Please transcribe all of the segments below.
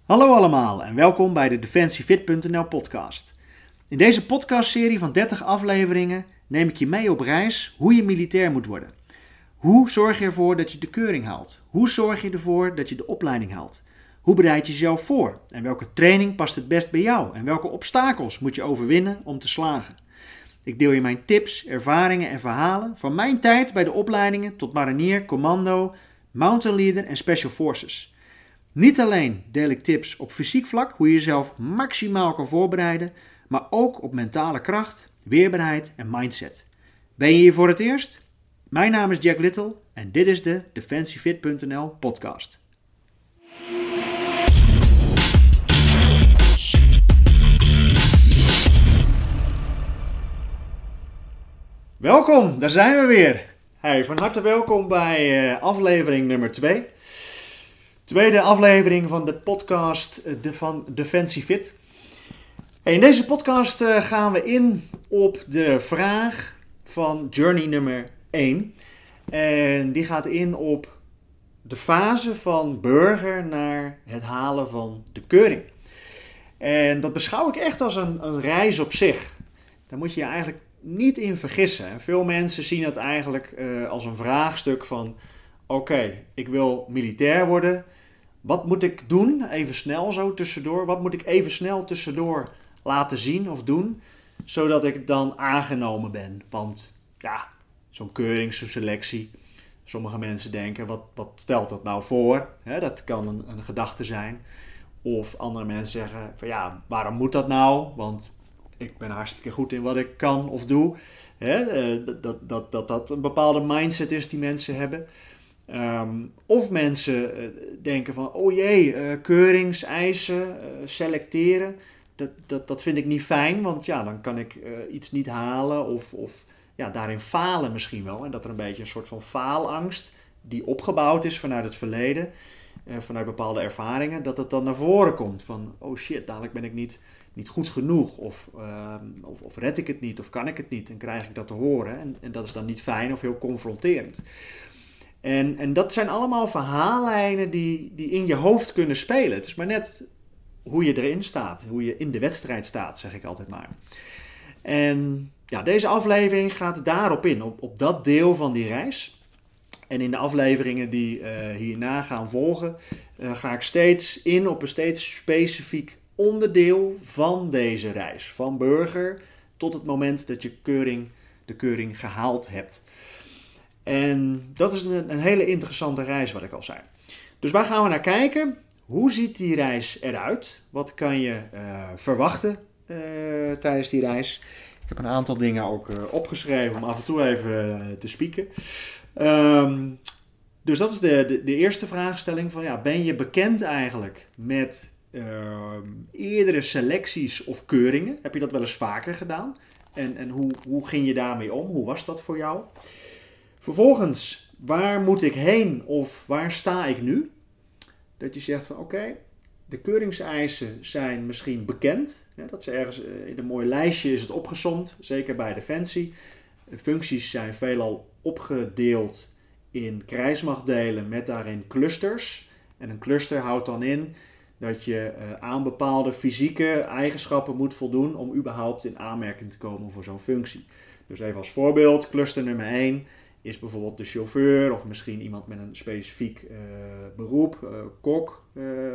Hallo allemaal en welkom bij de DefensieFit.nl podcast. In deze podcastserie van 30 afleveringen neem ik je mee op reis hoe je militair moet worden. Hoe zorg je ervoor dat je de keuring haalt? Hoe zorg je ervoor dat je de opleiding haalt? Hoe bereid je jezelf voor? En welke training past het best bij jou? En welke obstakels moet je overwinnen om te slagen? Ik deel je mijn tips, ervaringen en verhalen van mijn tijd bij de opleidingen tot marinier, commando, mountain leader en special forces. Niet alleen deel ik tips op fysiek vlak, hoe je jezelf maximaal kan voorbereiden, maar ook op mentale kracht, weerbaarheid en mindset. Ben je hier voor het eerst? Mijn naam is Jack Little en dit is de DefensieFit.nl podcast. Welkom, daar zijn we weer. Hey, van harte welkom bij aflevering nummer 2. Tweede aflevering van de podcast van DefensieFit. In deze podcast gaan we in op de vraag van journey nummer 1. En die gaat in op de fase van burger naar het halen van de keuring. En dat beschouw ik echt als een reis op zich. Daar moet je je eigenlijk niet in vergissen. Veel mensen zien het eigenlijk als een vraagstuk van... Oké, ik wil militair worden... Wat moet ik doen, even snel zo tussendoor, wat moet ik even snel tussendoor laten zien of doen, zodat ik dan aangenomen ben? Want ja, zo'n keuring, zo'n selectie, sommige mensen denken, wat stelt dat nou voor? Dat kan een gedachte zijn. Een andere mensen zeggen, van ja, waarom moet dat nou? Want ik ben hartstikke goed in wat ik kan of doe. Dat een bepaalde mindset is die mensen hebben. Of mensen denken van, oh jee, keuringseisen, selecteren, dat vind ik niet fijn, want ja, dan kan ik iets niet halen of ja, daarin falen misschien wel. En dat er een beetje een soort van faalangst die opgebouwd is vanuit het verleden, vanuit bepaalde ervaringen, dat het dan naar voren komt van, oh shit, dadelijk ben ik niet goed genoeg of red ik het niet of kan ik het niet en krijg ik dat te horen. En dat is dan niet fijn of heel confronterend. En dat zijn allemaal verhaallijnen die in je hoofd kunnen spelen. Het is maar net hoe je erin staat, hoe je in de wedstrijd staat, zeg ik altijd maar. En ja, deze aflevering gaat daarop in, op dat deel van die reis. En in de afleveringen die hierna gaan volgen, ga ik steeds in op een steeds specifiek onderdeel van deze reis. Van burger tot het moment dat je de keuring gehaald hebt. En dat is een hele interessante reis, wat ik al zei. Dus waar gaan we naar kijken? Hoe ziet die reis eruit? Wat kan je verwachten tijdens die reis? Ik heb een aantal dingen ook opgeschreven om af en toe even te spieken. Dus dat is de eerste vraagstelling van, ja, ben je bekend eigenlijk met eerdere selecties of keuringen? Heb je dat wel eens vaker gedaan? En hoe ging je daarmee om? Hoe was dat voor jou? Vervolgens, waar moet ik heen of waar sta ik nu? Dat je zegt van oké, de keuringseisen zijn misschien bekend. Dat is ergens in een mooi lijstje is het opgesomd, zeker bij Defensie. Functies zijn veelal opgedeeld in krijgsmachtdelen met daarin clusters. En een cluster houdt dan in dat je aan bepaalde fysieke eigenschappen moet voldoen om überhaupt in aanmerking te komen voor zo'n functie. Dus even als voorbeeld, cluster nummer 1... is bijvoorbeeld de chauffeur of misschien iemand met een specifiek beroep, kok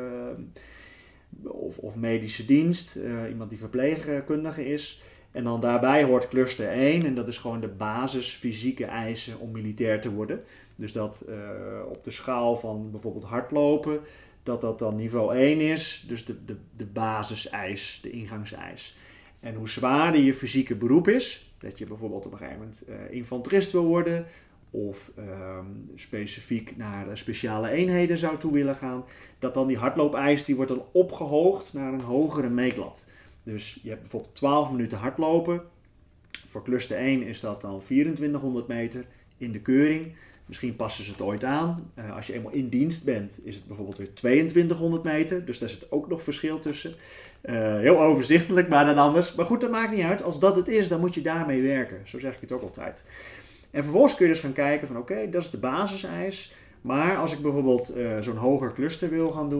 of medische dienst, iemand die verpleegkundige is. En dan daarbij hoort cluster 1 en dat is gewoon de basis fysieke eisen om militair te worden. Dus dat op de schaal van bijvoorbeeld hardlopen, dat dan niveau 1 is, dus de basiseis, de ingangseis. En hoe zwaarder je fysieke beroep is, dat je bijvoorbeeld op een gegeven moment infanterist wil worden of specifiek naar speciale eenheden zou toe willen gaan, dat dan die hardloopeis die wordt dan opgehoogd naar een hogere meetlat. Dus je hebt bijvoorbeeld 12 minuten hardlopen. Voor cluster 1 is dat dan 2400 meter in de keuring. Misschien passen ze het ooit aan. Als je eenmaal in dienst bent, is het bijvoorbeeld weer 2200 meter. Dus daar zit ook nog verschil tussen. Heel overzichtelijk, maar dan anders. Maar goed, dat maakt niet uit. Als dat het is, dan moet je daarmee werken. Zo zeg ik het ook altijd. En vervolgens kun je dus gaan kijken van oké, dat is de basiseis. Maar als ik bijvoorbeeld zo'n hoger cluster wil gaan doen,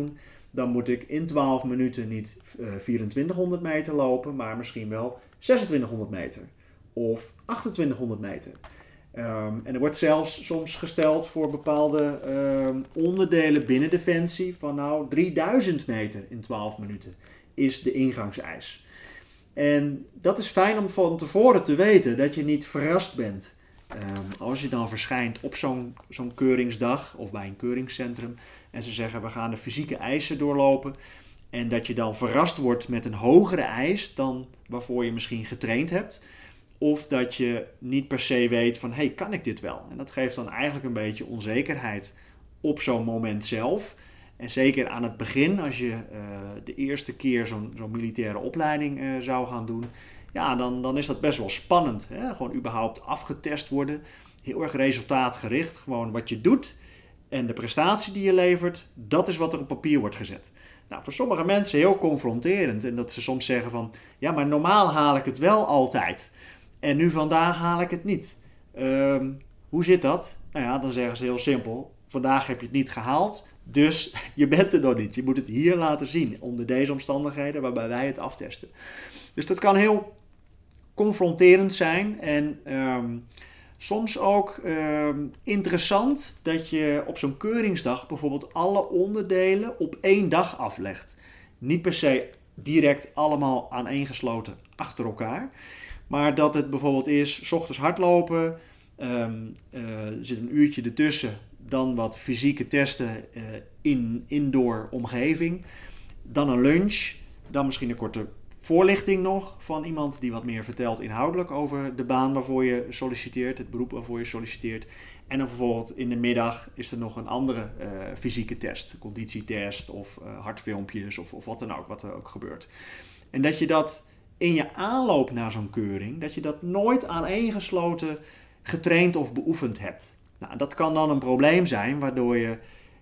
dan moet ik in 12 minuten niet 2400 meter lopen, maar misschien wel 2600 meter of 2800 meter. En er wordt zelfs soms gesteld voor bepaalde onderdelen binnen Defensie van 3000 meter in 12 minuten is de ingangseis. En dat is fijn om van tevoren te weten, dat je niet verrast bent. Als je dan verschijnt op zo'n keuringsdag of bij een keuringscentrum en ze zeggen we gaan de fysieke eisen doorlopen en dat je dan verrast wordt met een hogere eis dan waarvoor je misschien getraind hebt. Of dat je niet per se weet van kan ik dit wel? En dat geeft dan eigenlijk een beetje onzekerheid op zo'n moment zelf. En zeker aan het begin, als je de eerste keer zo'n militaire opleiding zou gaan doen, ja, dan is dat best wel spannend. Hè? Gewoon überhaupt afgetest worden. Heel erg resultaatgericht. Gewoon wat je doet en de prestatie die je levert, dat is wat er op papier wordt gezet. Nou, voor sommige mensen heel confronterend. En dat ze soms zeggen van, ja, maar normaal haal ik het wel altijd. En nu vandaag haal ik het niet. Hoe zit dat? Nou ja, dan zeggen ze heel simpel. Vandaag heb je het niet gehaald, dus je bent er nog niet. Je moet het hier laten zien, onder deze omstandigheden waarbij wij het aftesten. Dus dat kan heel confronterend zijn en soms ook interessant dat je op zo'n keuringsdag bijvoorbeeld alle onderdelen op één dag aflegt. Niet per se direct allemaal aaneengesloten achter elkaar. Maar dat het bijvoorbeeld is, 's ochtends hardlopen, er zit een uurtje ertussen, dan wat fysieke testen in indoor omgeving, dan een lunch, dan misschien een korte voorlichting nog van iemand die wat meer vertelt inhoudelijk over de baan waarvoor je solliciteert, het beroep waarvoor je solliciteert. En dan bijvoorbeeld in de middag is er nog een andere fysieke test, conditietest of hartfilmpjes of wat dan ook, wat er ook gebeurt. En dat je dat in je aanloop naar zo'n keuring, dat je dat nooit aaneengesloten getraind of beoefend hebt. Nou, dat kan dan een probleem zijn, waardoor je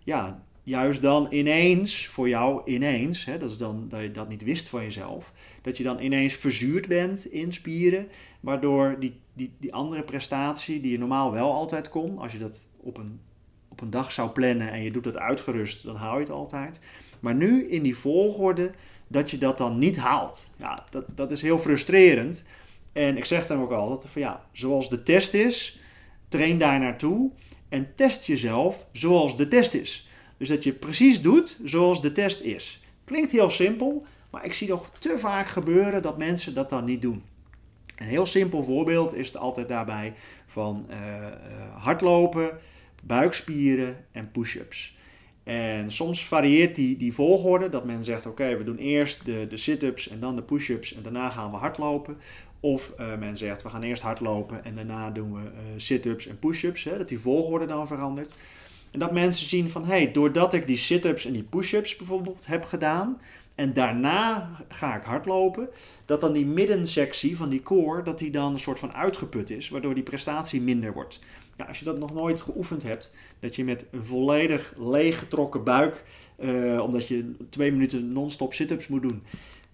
juist dan ineens, voor jou ineens, dat is dan dat je dat niet wist van jezelf, dat je dan ineens verzuurd bent in spieren, waardoor die andere prestatie die je normaal wel altijd kon, als je dat op een dag zou plannen en je doet dat uitgerust, dan haal je het altijd. Maar nu in die volgorde dat je dat dan niet haalt. Ja, dat is heel frustrerend. En ik zeg dan ook altijd van zoals de test is, train daar naartoe en test jezelf zoals de test is. Dus dat je precies doet zoals de test is. Klinkt heel simpel, maar ik zie nog te vaak gebeuren dat mensen dat dan niet doen. Een heel simpel voorbeeld is er altijd daarbij van hardlopen, buikspieren en push-ups. En soms varieert die volgorde, dat men zegt oké, we doen eerst de sit-ups en dan de push-ups en daarna gaan we hardlopen. Of men zegt we gaan eerst hardlopen en daarna doen we sit-ups en push-ups, dat die volgorde dan verandert. En dat mensen zien van doordat ik die sit-ups en die push-ups bijvoorbeeld heb gedaan en daarna ga ik hardlopen, dat dan die middensectie van die core, dat die dan een soort van uitgeput is, waardoor die prestatie minder wordt. Ja, als je dat nog nooit geoefend hebt, dat je met een volledig leeggetrokken buik, omdat je 2 minuten non-stop sit-ups moet doen,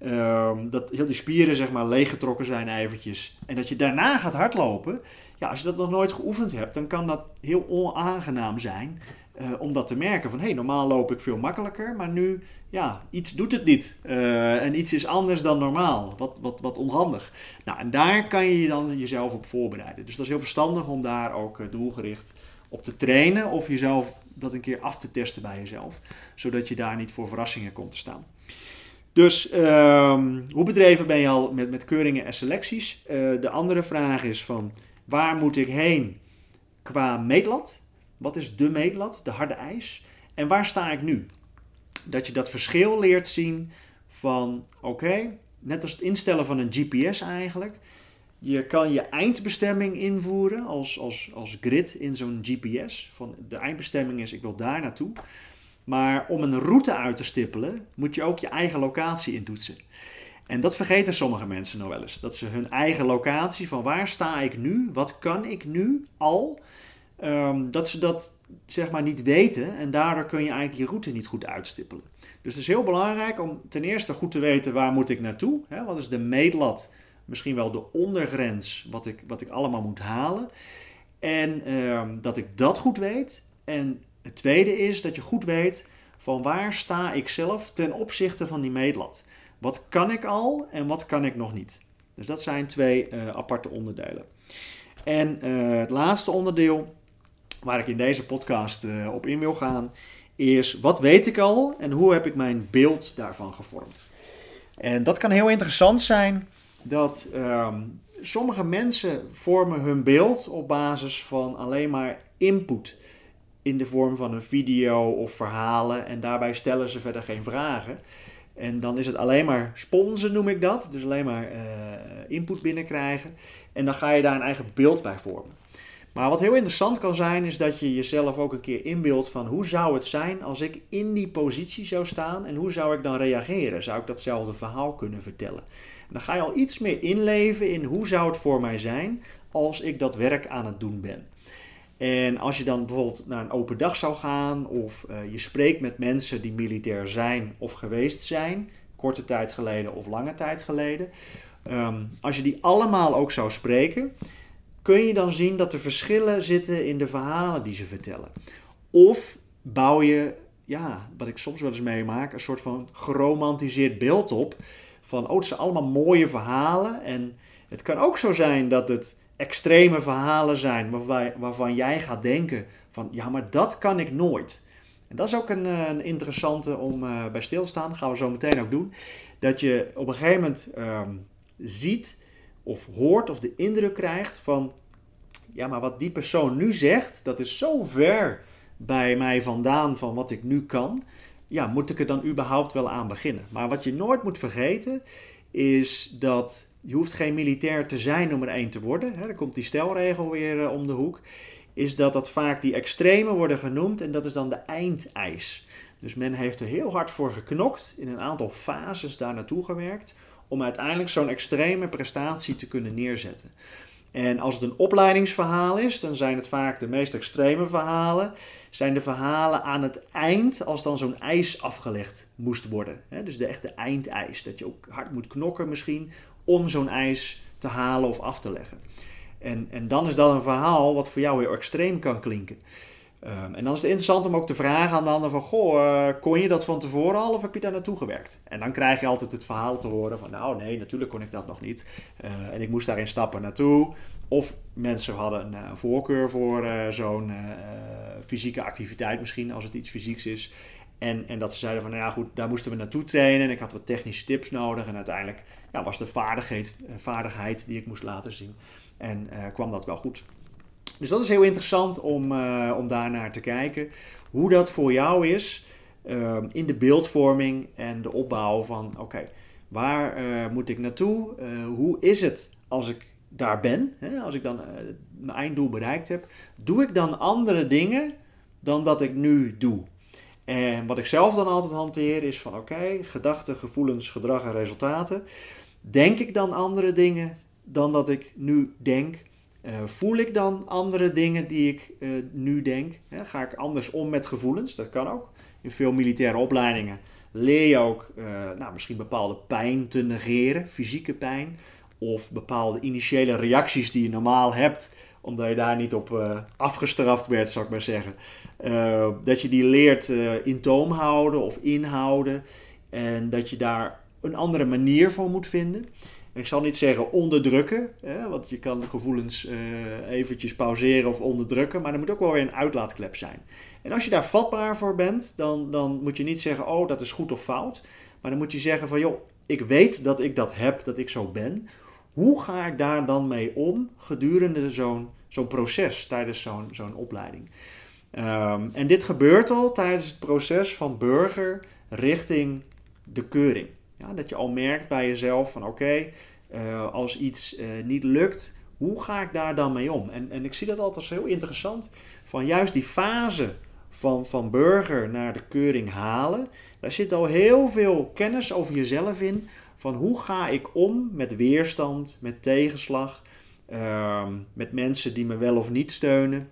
dat heel die spieren zeg maar leeggetrokken zijn eventjes, en dat je daarna gaat hardlopen, ja, als je dat nog nooit geoefend hebt, dan kan dat heel onaangenaam zijn om dat te merken van normaal loop ik veel makkelijker, maar nu, iets doet het niet. En iets is anders dan normaal, wat onhandig. Nou, en daar kan je dan jezelf op voorbereiden. Dus dat is heel verstandig om daar ook doelgericht op te trainen of jezelf dat een keer af te testen bij jezelf, zodat je daar niet voor verrassingen komt te staan. Dus hoe bedreven ben je al met keuringen en selecties? De andere vraag is van waar moet ik heen qua meetlat? Wat is de meetlat, de harde eis? En waar sta ik nu? Dat je dat verschil leert zien van net als het instellen van een GPS eigenlijk. Je kan je eindbestemming invoeren als grid in zo'n GPS. Van de eindbestemming is ik wil daar naartoe. Maar om een route uit te stippelen moet je ook je eigen locatie intoetsen. En dat vergeten sommige mensen nog wel eens. Dat ze hun eigen locatie van waar sta ik nu, wat kan ik nu al, dat ze dat zeg maar niet weten en daardoor kun je eigenlijk je route niet goed uitstippelen. Dus het is heel belangrijk om ten eerste goed te weten waar moet ik naartoe. Hè? Wat is de meetlat, misschien wel de ondergrens wat ik allemaal moet halen. En dat ik dat goed weet. En het tweede is dat je goed weet van waar sta ik zelf ten opzichte van die meetlat. Wat kan ik al en wat kan ik nog niet. Dus dat zijn 2 aparte onderdelen. En het laatste onderdeel waar ik in deze podcast op in wil gaan is wat weet ik al en hoe heb ik mijn beeld daarvan gevormd. En dat kan heel interessant zijn dat sommige mensen vormen hun beeld op basis van alleen maar input in de vorm van een video of verhalen en daarbij stellen ze verder geen vragen. En dan is het alleen maar sponsen, noem ik dat. Dus alleen maar input binnenkrijgen. En dan ga je daar een eigen beeld bij vormen. Maar wat heel interessant kan zijn, is dat je jezelf ook een keer inbeeldt van hoe zou het zijn als ik in die positie zou staan en hoe zou ik dan reageren? Zou ik datzelfde verhaal kunnen vertellen? En dan ga je al iets meer inleven in hoe zou het voor mij zijn als ik dat werk aan het doen ben. En als je dan bijvoorbeeld naar een open dag zou gaan of je spreekt met mensen die militair zijn of geweest zijn, korte tijd geleden of lange tijd geleden. Als je die allemaal ook zou spreken, kun je dan zien dat er verschillen zitten in de verhalen die ze vertellen. Of bouw je, wat ik soms wel eens meemaak, een soort van geromantiseerd beeld op van, het zijn allemaal mooie verhalen. En het kan ook zo zijn dat het extreme verhalen zijn waarvan jij gaat denken van, maar dat kan ik nooit. En dat is ook een interessante om bij stil te staan, dat gaan we zo meteen ook doen. Dat je op een gegeven moment ziet of hoort of de indruk krijgt van, maar wat die persoon nu zegt, dat is zo ver bij mij vandaan van wat ik nu kan. Moet ik er dan überhaupt wel aan beginnen? Maar wat je nooit moet vergeten is dat je hoeft geen militair te zijn om er één te worden. Dan komt die stelregel weer om de hoek. Is dat vaak die extremen worden genoemd en dat is dan de eindeis. Dus men heeft er heel hard voor geknokt, in een aantal fases daar naartoe gewerkt, om uiteindelijk zo'n extreme prestatie te kunnen neerzetten. En als het een opleidingsverhaal is, dan zijn het vaak de meest extreme verhalen. Zijn de verhalen aan het eind, als dan zo'n eis afgelegd moest worden. Dus de echte eindeis. Dat je ook hard moet knokken misschien om zo'n eis te halen of af te leggen. En dan is dat een verhaal wat voor jou heel extreem kan klinken. En dan is het interessant om ook te vragen aan de ander van, kon je dat van tevoren al of heb je daar naartoe gewerkt? En dan krijg je altijd het verhaal te horen van, nee, natuurlijk kon ik dat nog niet. En ik moest daarin stappen naartoe. Of mensen hadden een voorkeur voor zo'n fysieke activiteit misschien, als het iets fysieks is. En dat ze zeiden van, goed, daar moesten we naartoe trainen. En ik had wat technische tips nodig. En uiteindelijk was de vaardigheid die ik moest laten zien. En kwam dat wel goed. Dus dat is heel interessant om daar naar te kijken. Hoe dat voor jou is in de beeldvorming en de opbouw van, waar moet ik naartoe? Hoe is het als ik daar ben? Als ik dan mijn einddoel bereikt heb. Doe ik dan andere dingen dan dat ik nu doe? En wat ik zelf dan altijd hanteer is van, gedachten, gevoelens, gedrag en resultaten. Denk ik dan andere dingen dan dat ik nu denk? Voel ik dan andere dingen die ik nu denk? Ga ik anders om met gevoelens? Dat kan ook. In veel militaire opleidingen leer je ook misschien bepaalde pijn te negeren, fysieke pijn. Of bepaalde initiële reacties die je normaal hebt, omdat je daar niet op afgestraft werd, zou ik maar zeggen. Dat je die leert in toom houden of inhouden. En dat je daar een andere manier voor moet vinden. En ik zal niet zeggen onderdrukken, want je kan de gevoelens eventjes pauzeren of onderdrukken. Maar er moet ook wel weer een uitlaatklep zijn. En als je daar vatbaar voor bent, dan moet je niet zeggen, dat is goed of fout. Maar dan moet je zeggen van, ik weet dat ik dat heb, dat ik zo ben. Hoe ga ik daar dan mee om gedurende zo'n proces tijdens zo'n opleiding? En dit gebeurt al tijdens het proces van burger richting de keuring. Dat je al merkt bij jezelf van als iets niet lukt, hoe ga ik daar dan mee om? En ik zie dat altijd als heel interessant. Van juist die fase van burger naar de keuring halen. Daar zit al heel veel kennis over jezelf in. Van hoe ga ik om met weerstand, met tegenslag, met mensen die me wel of niet steunen.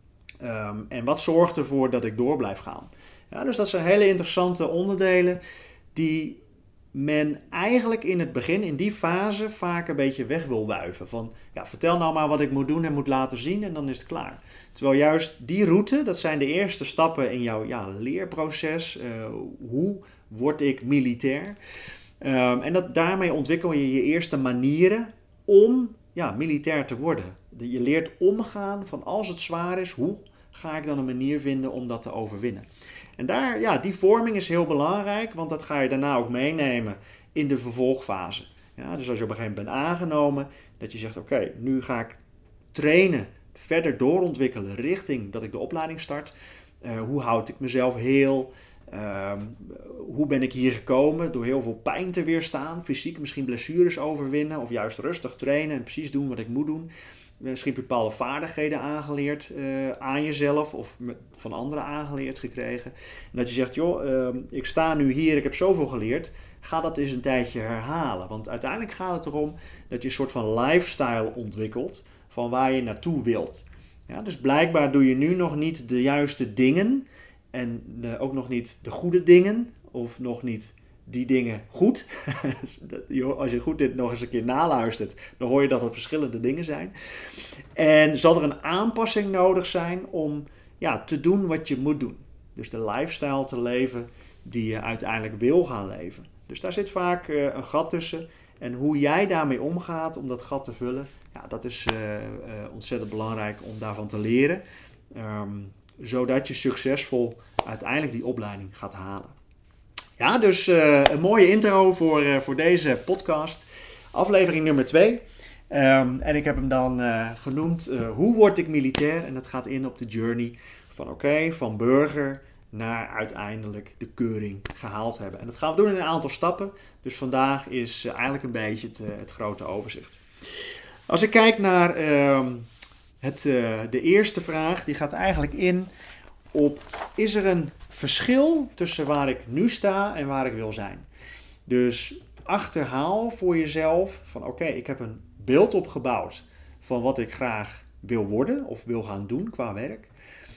En wat zorgt ervoor dat ik door blijf gaan. Dus dat zijn hele interessante onderdelen die men eigenlijk in het begin, in die fase, vaak een beetje weg wil wuiven. Van, ja, vertel nou maar wat ik moet doen en moet laten zien en dan is het klaar. Terwijl juist die route, dat zijn de eerste stappen in jouw leerproces. Hoe word ik militair? En daarmee ontwikkel je je eerste manieren om militair te worden. Je leert omgaan van als het zwaar is, hoe ga ik dan een manier vinden om dat te overwinnen? En die vorming is heel belangrijk, want dat ga je daarna ook meenemen in de vervolgfase. Ja, dus als je op een gegeven moment bent aangenomen, dat je zegt, oké, nu ga ik trainen, verder doorontwikkelen richting dat ik de opleiding start. Hoe houd ik mezelf heel? Hoe ben ik hier gekomen? Door heel veel pijn te weerstaan, fysiek misschien blessures overwinnen of juist rustig trainen en precies doen wat ik moet doen. Misschien bepaalde vaardigheden aangeleerd aan jezelf of van anderen aangeleerd gekregen. En dat je zegt, ik sta nu hier, ik heb zoveel geleerd. Ga dat eens een tijdje herhalen. Want uiteindelijk gaat het erom dat je een soort van lifestyle ontwikkelt van waar je naartoe wilt. Ja, dus blijkbaar doe je nu nog niet de juiste dingen en ook nog niet de goede dingen of nog niet die dingen goed. Als je goed dit nog eens een keer naluistert, dan hoor je dat het verschillende dingen zijn. En zal er een aanpassing nodig zijn om te doen wat je moet doen. Dus de lifestyle te leven die je uiteindelijk wil gaan leven. Dus daar zit vaak een gat tussen. En hoe jij daarmee omgaat om dat gat te vullen, dat is ontzettend belangrijk om daarvan te leren. Zodat je succesvol uiteindelijk die opleiding gaat halen. Ja, dus een mooie intro voor deze podcast. Aflevering nummer 2. En ik heb hem dan genoemd Hoe word ik militair? En dat gaat in op de journey van burger naar uiteindelijk de keuring gehaald hebben. En dat gaan we doen in een aantal stappen. Dus vandaag is eigenlijk een beetje het grote overzicht. Als ik kijk naar de eerste vraag, die gaat eigenlijk in op: is er een verschil tussen waar ik nu sta en waar ik wil zijn? Dus achterhaal voor jezelf van ik heb een beeld opgebouwd van wat ik graag wil worden of wil gaan doen qua werk.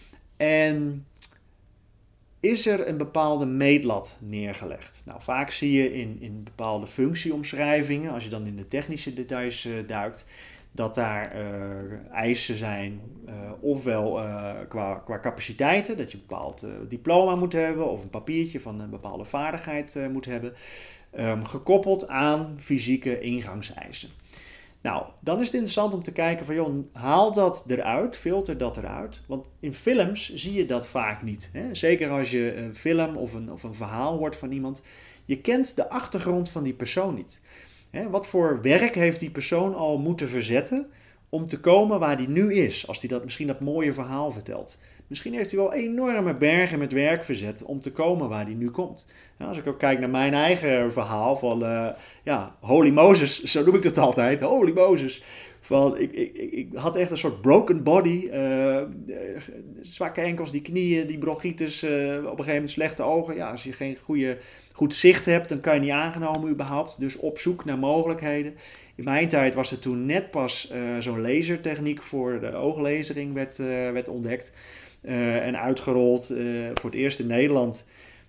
En is er een bepaalde meetlat neergelegd? Nou, vaak zie je in bepaalde functieomschrijvingen, als je dan in de technische details duikt, dat daar eisen zijn, ofwel qua capaciteiten, dat je een bepaald diploma moet hebben of een papiertje van een bepaalde vaardigheid moet hebben, gekoppeld aan fysieke ingangseisen. Nou, dan is het interessant om te kijken van haal dat eruit, filter dat eruit. Want in films zie je dat vaak niet. Hè? Zeker als je een film of een verhaal hoort van iemand. Je kent de achtergrond van die persoon niet. Hè? Wat voor werk heeft die persoon al moeten verzetten om te komen waar die nu is? Als hij misschien dat mooie verhaal vertelt. Misschien heeft hij wel enorme bergen met werk verzet om te komen waar hij nu komt. Als ik ook kijk naar mijn eigen verhaal van Holy Moses, zo noem ik het altijd, Holy Moses. Ik had echt een soort broken body, zwakke enkels, die knieën, die bronchitis, op een gegeven moment slechte ogen. Ja, als je geen goed zicht hebt, dan kan je niet aangenomen überhaupt. Dus op zoek naar mogelijkheden. In mijn tijd was er toen net pas zo'n lasertechniek voor de ooglezering werd ontdekt. En uitgerold voor het eerst in Nederland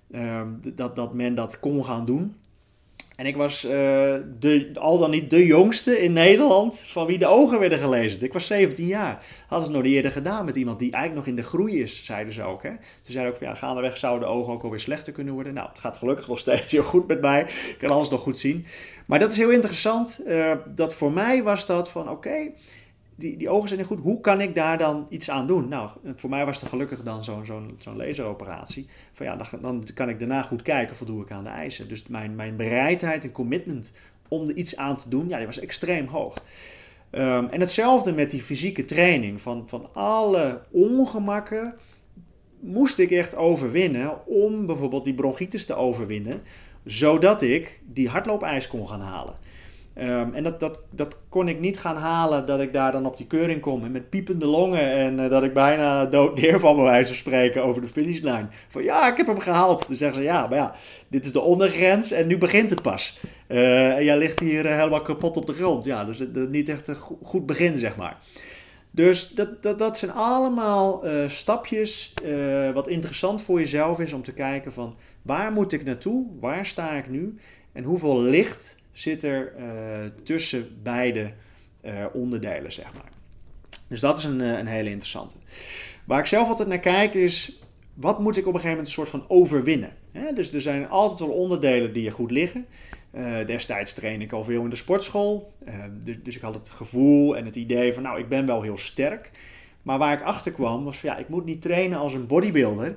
dat men dat kon gaan doen. En ik was al dan niet de jongste in Nederland van wie de ogen werden gelezen. Ik was 17 jaar. Hadden ze nog niet eerder gedaan met iemand die eigenlijk nog in de groei is, zeiden ze ook. Hè? Ze zeiden ook van gaandeweg zouden de ogen ook alweer slechter kunnen worden. Nou, het gaat gelukkig nog steeds heel goed met mij. Ik kan alles nog goed zien. Maar dat is heel interessant. Dat voor mij was dat van die ogen zijn niet goed. Hoe kan ik daar dan iets aan doen? Nou, voor mij was het gelukkig dan zo'n laseroperatie. Van dan kan ik daarna goed kijken, voldoe ik aan de eisen. Dus mijn bereidheid en commitment om er iets aan te doen, die was extreem hoog. En hetzelfde met die fysieke training. Van alle ongemakken moest ik echt overwinnen om bijvoorbeeld die bronchitis te overwinnen, zodat ik die hardloopeis kon gaan halen. En dat kon ik niet gaan halen dat ik daar dan op die keuring kom en met piepende longen en dat ik bijna dood neerval bij wijze van spreken over de finishlijn. Van ik heb hem gehaald. Dan zeggen ze maar dit is de ondergrens en nu begint het pas. En jij ligt hier helemaal kapot op de grond. Ja, dus niet echt een goed begin, zeg maar. Dus dat zijn allemaal stapjes wat interessant voor jezelf is om te kijken van waar moet ik naartoe, waar sta ik nu en hoeveel licht zit er tussen beide onderdelen, zeg maar. Dus dat is een hele interessante. Waar ik zelf altijd naar kijk is, wat moet ik op een gegeven moment een soort van overwinnen? Dus er zijn altijd wel onderdelen die je goed liggen. Destijds train ik al veel in de sportschool. Dus ik had het gevoel en het idee van, ik ben wel heel sterk. Maar waar ik achter kwam was van, ik moet niet trainen als een bodybuilder.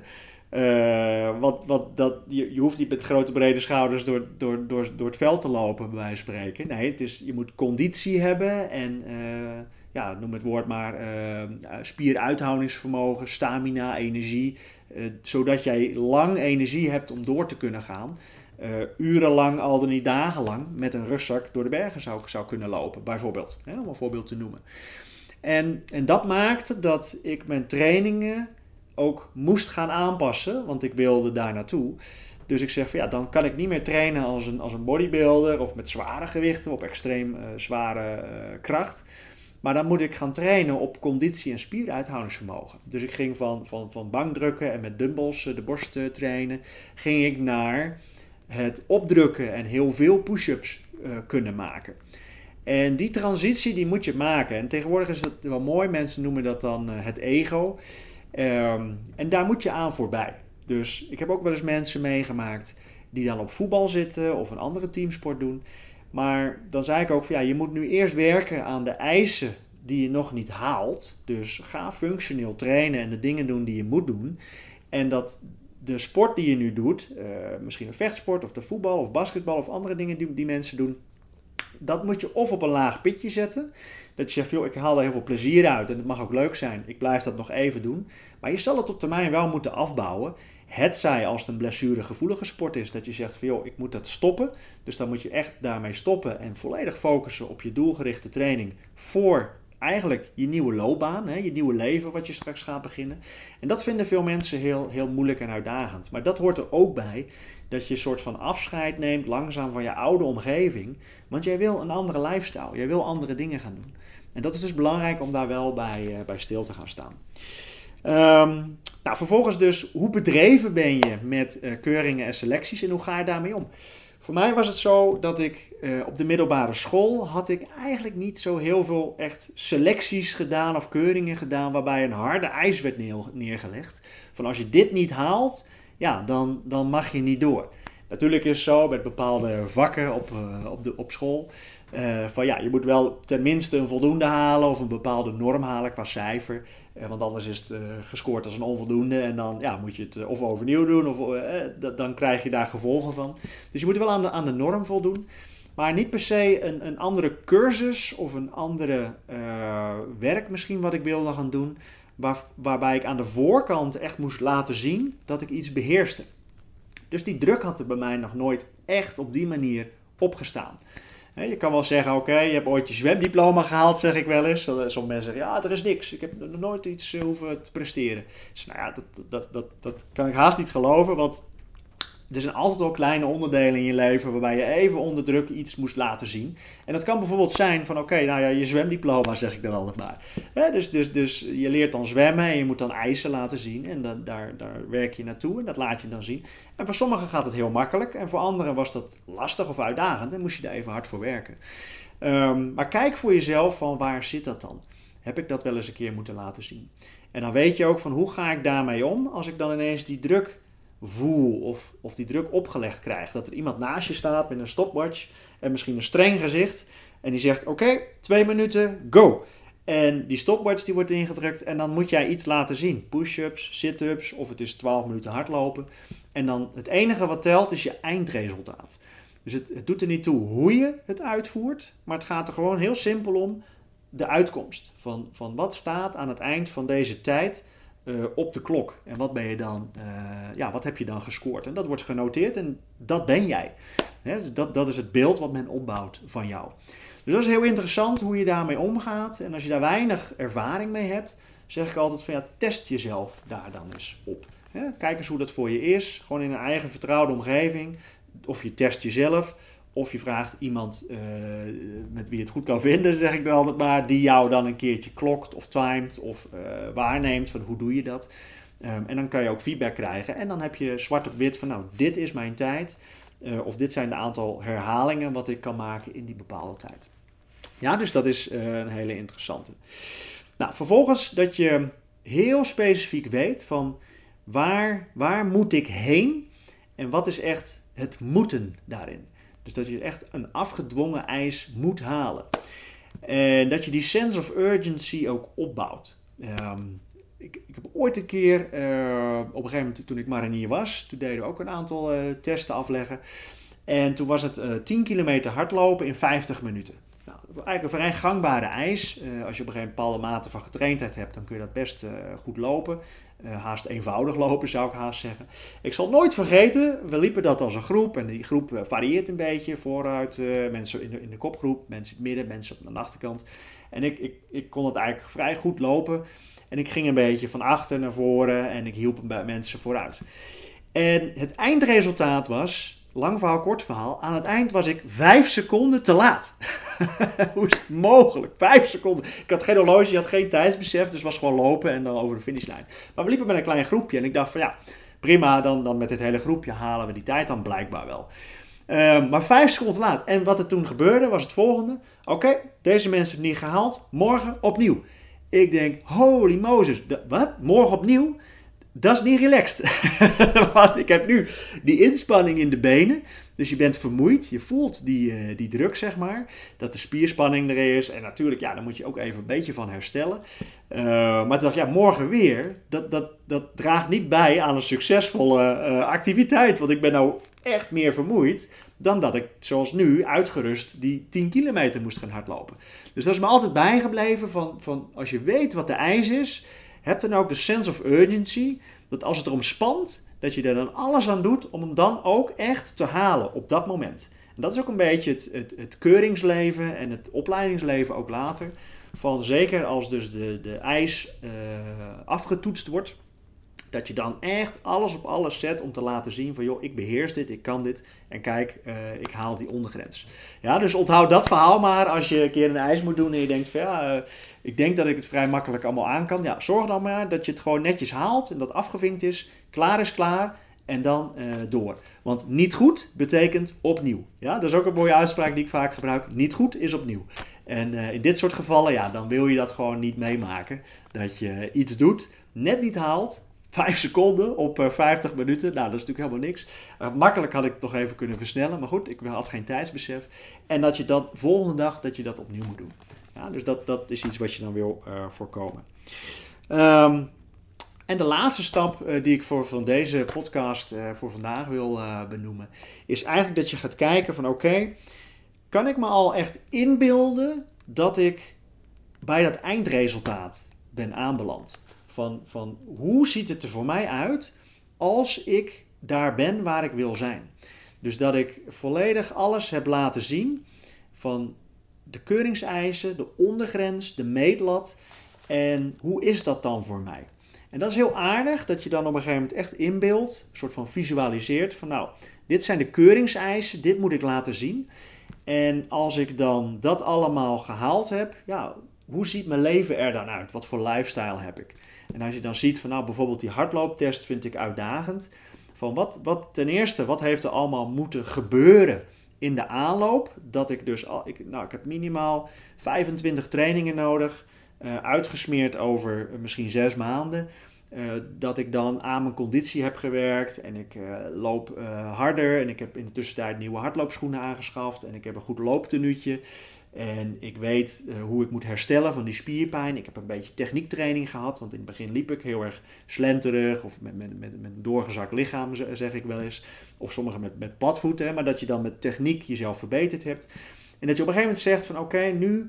Je hoeft niet met grote brede schouders door het veld te lopen, bij wijze van spreken. Nee, je moet conditie hebben en noem het woord maar spieruithoudingsvermogen, stamina, energie. Zodat jij lang energie hebt om door te kunnen gaan. Urenlang, al dan niet dagenlang, met een rugzak door de bergen zou kunnen lopen, bijvoorbeeld. Om een voorbeeld te noemen. En dat maakte dat ik mijn trainingen ook moest gaan aanpassen, want ik wilde daar naartoe. Dus ik zeg van dan kan ik niet meer trainen als een bodybuilder of met zware gewichten, op extreem zware kracht. Maar dan moet ik gaan trainen op conditie en spieruithoudingsvermogen. Dus ik ging van bankdrukken en met dumbbells de borst trainen, ging ik naar het opdrukken en heel veel push-ups kunnen maken. En die transitie die moet je maken. En tegenwoordig is het wel mooi, mensen noemen dat dan het ego. En daar moet je aan voorbij. Dus ik heb ook wel eens mensen meegemaakt die dan op voetbal zitten of een andere teamsport doen. Maar dan zei ik ook van je moet nu eerst werken aan de eisen die je nog niet haalt. Dus ga functioneel trainen en de dingen doen die je moet doen. En dat de sport die je nu doet, misschien een vechtsport of de voetbal of basketbal of andere dingen die mensen doen, dat moet je of op een laag pitje zetten. Dat je zegt, ik haal er heel veel plezier uit en het mag ook leuk zijn. Ik blijf dat nog even doen. Maar je zal het op termijn wel moeten afbouwen. Hetzij als het een blessuregevoelige sport is, dat je zegt van ik moet dat stoppen. Dus dan moet je echt daarmee stoppen en volledig focussen op je doelgerichte training voor eigenlijk je nieuwe loopbaan, je nieuwe leven wat je straks gaat beginnen. En dat vinden veel mensen heel, heel moeilijk en uitdagend. Maar dat hoort er ook bij, dat je een soort van afscheid neemt langzaam van je oude omgeving. Want jij wil een andere lifestyle, jij wil andere dingen gaan doen. En dat is dus belangrijk om daar wel bij stil te gaan staan. Vervolgens dus, hoe bedreven ben je met keuringen en selecties en hoe ga je daarmee om? Voor mij was het zo dat ik op de middelbare school had ik eigenlijk niet zo heel veel echt selecties gedaan of keuringen gedaan waarbij een harde eis werd neergelegd. Van als je dit niet haalt, dan mag je niet door. Natuurlijk is het zo met bepaalde vakken op school. Je moet wel tenminste een voldoende halen of een bepaalde norm halen qua cijfer. Want anders is het gescoord als een onvoldoende en dan moet je het of overnieuw doen of dan krijg je daar gevolgen van. Dus je moet wel aan de norm voldoen. Maar niet per se een andere cursus of een andere werk misschien wat ik wilde gaan doen. Waarbij ik aan de voorkant echt moest laten zien dat ik iets beheerste. Dus die druk had er bij mij nog nooit echt op die manier opgestaan. Je kan wel zeggen, je hebt ooit je zwemdiploma gehaald, zeg ik wel eens. Sommige mensen zeggen, er is niks. Ik heb nog nooit iets hoeven te presteren. Dus dat kan ik haast niet geloven, want er zijn altijd wel kleine onderdelen in je leven waarbij je even onder druk iets moest laten zien. En dat kan bijvoorbeeld zijn van, je zwemdiploma, zeg ik dan altijd maar. Dus je leert dan zwemmen en je moet dan eisen laten zien. En daar werk je naartoe en dat laat je dan zien. En voor sommigen gaat het heel makkelijk en voor anderen was dat lastig of uitdagend en moest je daar even hard voor werken. Maar kijk voor jezelf van waar zit dat dan? Heb ik dat wel eens een keer moeten laten zien? En dan weet je ook van hoe ga ik daarmee om als ik dan ineens die druk voel of die druk opgelegd krijg. Dat er iemand naast je staat met een stopwatch en misschien een streng gezicht en die zegt 2 minuten, go! En die stopwatch die wordt ingedrukt en dan moet jij iets laten zien. Push-ups, sit-ups of het is 12 minuten hardlopen. En dan het enige wat telt is je eindresultaat. Dus het doet er niet toe hoe je het uitvoert, maar het gaat er gewoon heel simpel om de uitkomst. Van wat staat aan het eind van deze tijd op de klok. En wat ben je dan, wat heb je dan gescoord? En dat wordt genoteerd en dat ben jij. Dus dat is het beeld wat men opbouwt van jou. Dus dat is heel interessant hoe je daarmee omgaat. En als je daar weinig ervaring mee hebt, zeg ik altijd van test jezelf daar dan eens op. Kijk eens hoe dat voor je is. Gewoon in een eigen vertrouwde omgeving. Of je test jezelf. Of je vraagt iemand met wie je het goed kan vinden, zeg ik dan altijd maar. Die jou dan een keertje klokt of timed of waarneemt van hoe doe je dat. En dan kan je ook feedback krijgen. En dan heb je zwart op wit van dit is mijn tijd. Of dit zijn de aantal herhalingen wat ik kan maken in die bepaalde tijd. Ja, dus dat is een hele interessante. Nou, vervolgens dat je heel specifiek weet van waar moet ik heen en wat is echt het moeten daarin. Dus dat je echt een afgedwongen eis moet halen. En dat je die sense of urgency ook opbouwt. Ik heb ooit een keer, op een gegeven moment toen ik marinier was, toen deden we ook een aantal testen afleggen. En toen was het 10 kilometer hardlopen in 50 minuten. Nou, eigenlijk een vrij gangbare eis. Als je op een gegeven moment bepaalde mate van getraindheid hebt, dan kun je dat best goed lopen. Haast eenvoudig lopen zou ik haast zeggen. Ik zal het nooit vergeten, we liepen dat als een groep en die groep varieert een beetje vooruit. Mensen in de kopgroep, mensen in het midden, mensen op de achterkant. En ik kon het eigenlijk vrij goed lopen. En ik ging een beetje van achter naar voren en ik hielp mensen vooruit. En het eindresultaat was, lang verhaal, kort verhaal, aan het eind was ik 5 seconden te laat. Hoe is het mogelijk? 5 seconden. Ik had geen horloge, je had geen tijdsbesef, dus het was gewoon lopen en dan over de finishlijn. Maar we liepen met een klein groepje en ik dacht van ja, prima, dan met dit hele groepje halen we die tijd dan blijkbaar wel. Maar 5 seconden te laat. En wat er toen gebeurde was het volgende. Oké, deze mensen hebben het niet gehaald, morgen opnieuw. Ik denk, holy Moses, wat? Morgen opnieuw? Dat is niet relaxed. Want ik heb nu die inspanning in de benen. Dus je bent vermoeid. Je voelt die druk, zeg maar. Dat de spierspanning er is. En natuurlijk, ja, daar moet je ook even een beetje van herstellen. Maar toen dacht ik, ja, morgen weer. Dat draagt niet bij aan een succesvolle activiteit. Want ik ben nou echt meer vermoeid dan dat ik, zoals nu, uitgerust die 10 kilometer moest gaan hardlopen. Dus dat is me altijd bijgebleven van als je weet wat de eis is, heb dan ook de sense of urgency, dat als het erom spant, dat je er dan alles aan doet om hem dan ook echt te halen op dat moment. En dat is ook een beetje het keuringsleven en het opleidingsleven ook later. Van zeker als dus de eis afgetoetst wordt, dat je dan echt alles op alles zet om te laten zien van joh, ik beheers dit, ik kan dit en kijk, ik haal die ondergrens. Ja, dus onthoud dat verhaal maar als je een keer een eis moet doen en je denkt van ja, ik denk dat ik het vrij makkelijk allemaal aan kan. Ja, zorg dan maar dat je het gewoon netjes haalt en dat afgevinkt is klaar en dan door. Want niet goed betekent opnieuw. Ja, dat is ook een mooie uitspraak die ik vaak gebruik. Niet goed is opnieuw. En in dit soort gevallen, ja, dan wil je dat gewoon niet meemaken. Dat je iets doet, net niet haalt, 5 seconden op 50 minuten. Nou, dat is natuurlijk helemaal niks. Makkelijk had ik het nog even kunnen versnellen. Maar goed, ik had geen tijdsbesef. En dat je dat volgende dag dat je dat opnieuw moet doen. Ja, dus dat is iets wat je dan wil voorkomen. En de laatste stap die ik van deze podcast voor vandaag wil benoemen, is eigenlijk dat je gaat kijken van oké, kan ik me al echt inbeelden dat ik bij dat eindresultaat ben aanbeland? Van hoe ziet het er voor mij uit als ik daar ben waar ik wil zijn? Dus dat ik volledig alles heb laten zien van de keuringseisen, de ondergrens, de meetlat en hoe is dat dan voor mij? En dat is heel aardig dat je dan op een gegeven moment echt inbeeldt, een soort van visualiseert van nou, dit zijn de keuringseisen, dit moet ik laten zien. En als ik dan dat allemaal gehaald heb, ja, hoe ziet mijn leven er dan uit? Wat voor lifestyle heb ik? En als je dan ziet van nou, bijvoorbeeld die hardlooptest vind ik uitdagend. Van wat ten eerste, wat heeft er allemaal moeten gebeuren in de aanloop? Dat ik dus ik heb minimaal 25 trainingen nodig, uitgesmeerd over misschien 6 maanden. Dat ik dan aan mijn conditie heb gewerkt en ik loop harder en ik heb in de tussentijd nieuwe hardloopschoenen aangeschaft en ik heb een goed looptenuutje en ik weet hoe ik moet herstellen van die spierpijn. Ik heb een beetje techniektraining gehad, want in het begin liep ik heel erg slenterig of met een doorgezakt lichaam, zeg ik wel eens, of sommigen met platvoeten, maar dat je dan met techniek jezelf verbeterd hebt en dat je op een gegeven moment zegt van oké, nu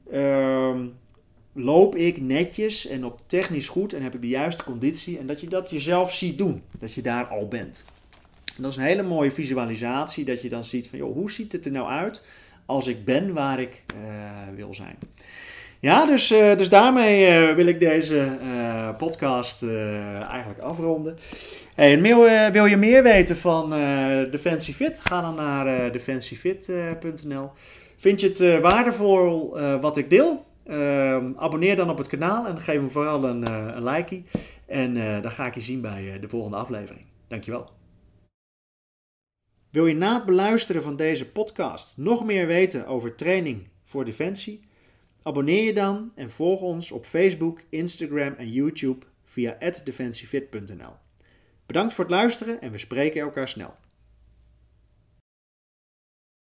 loop ik netjes en op technisch goed en heb ik de juiste conditie en dat je dat jezelf ziet doen, dat je daar al bent. En dat is een hele mooie visualisatie, dat je dan ziet van joh, hoe ziet het er nou uit als ik ben waar ik wil zijn. Ja, dus daarmee wil ik deze podcast eigenlijk afronden. Hey, en wil je meer weten van Defensie Fit? Ga dan naar defensiefit.nl. Vind je het waardevol wat ik deel? Abonneer dan op het kanaal en geef me vooral een likeie. En dan ga ik je zien bij de volgende aflevering. Dankjewel. Wil je na het beluisteren van deze podcast nog meer weten over training voor Defensie? Abonneer je dan en volg ons op Facebook, Instagram en YouTube via @defensiefit.nl. Bedankt voor het luisteren en we spreken elkaar snel.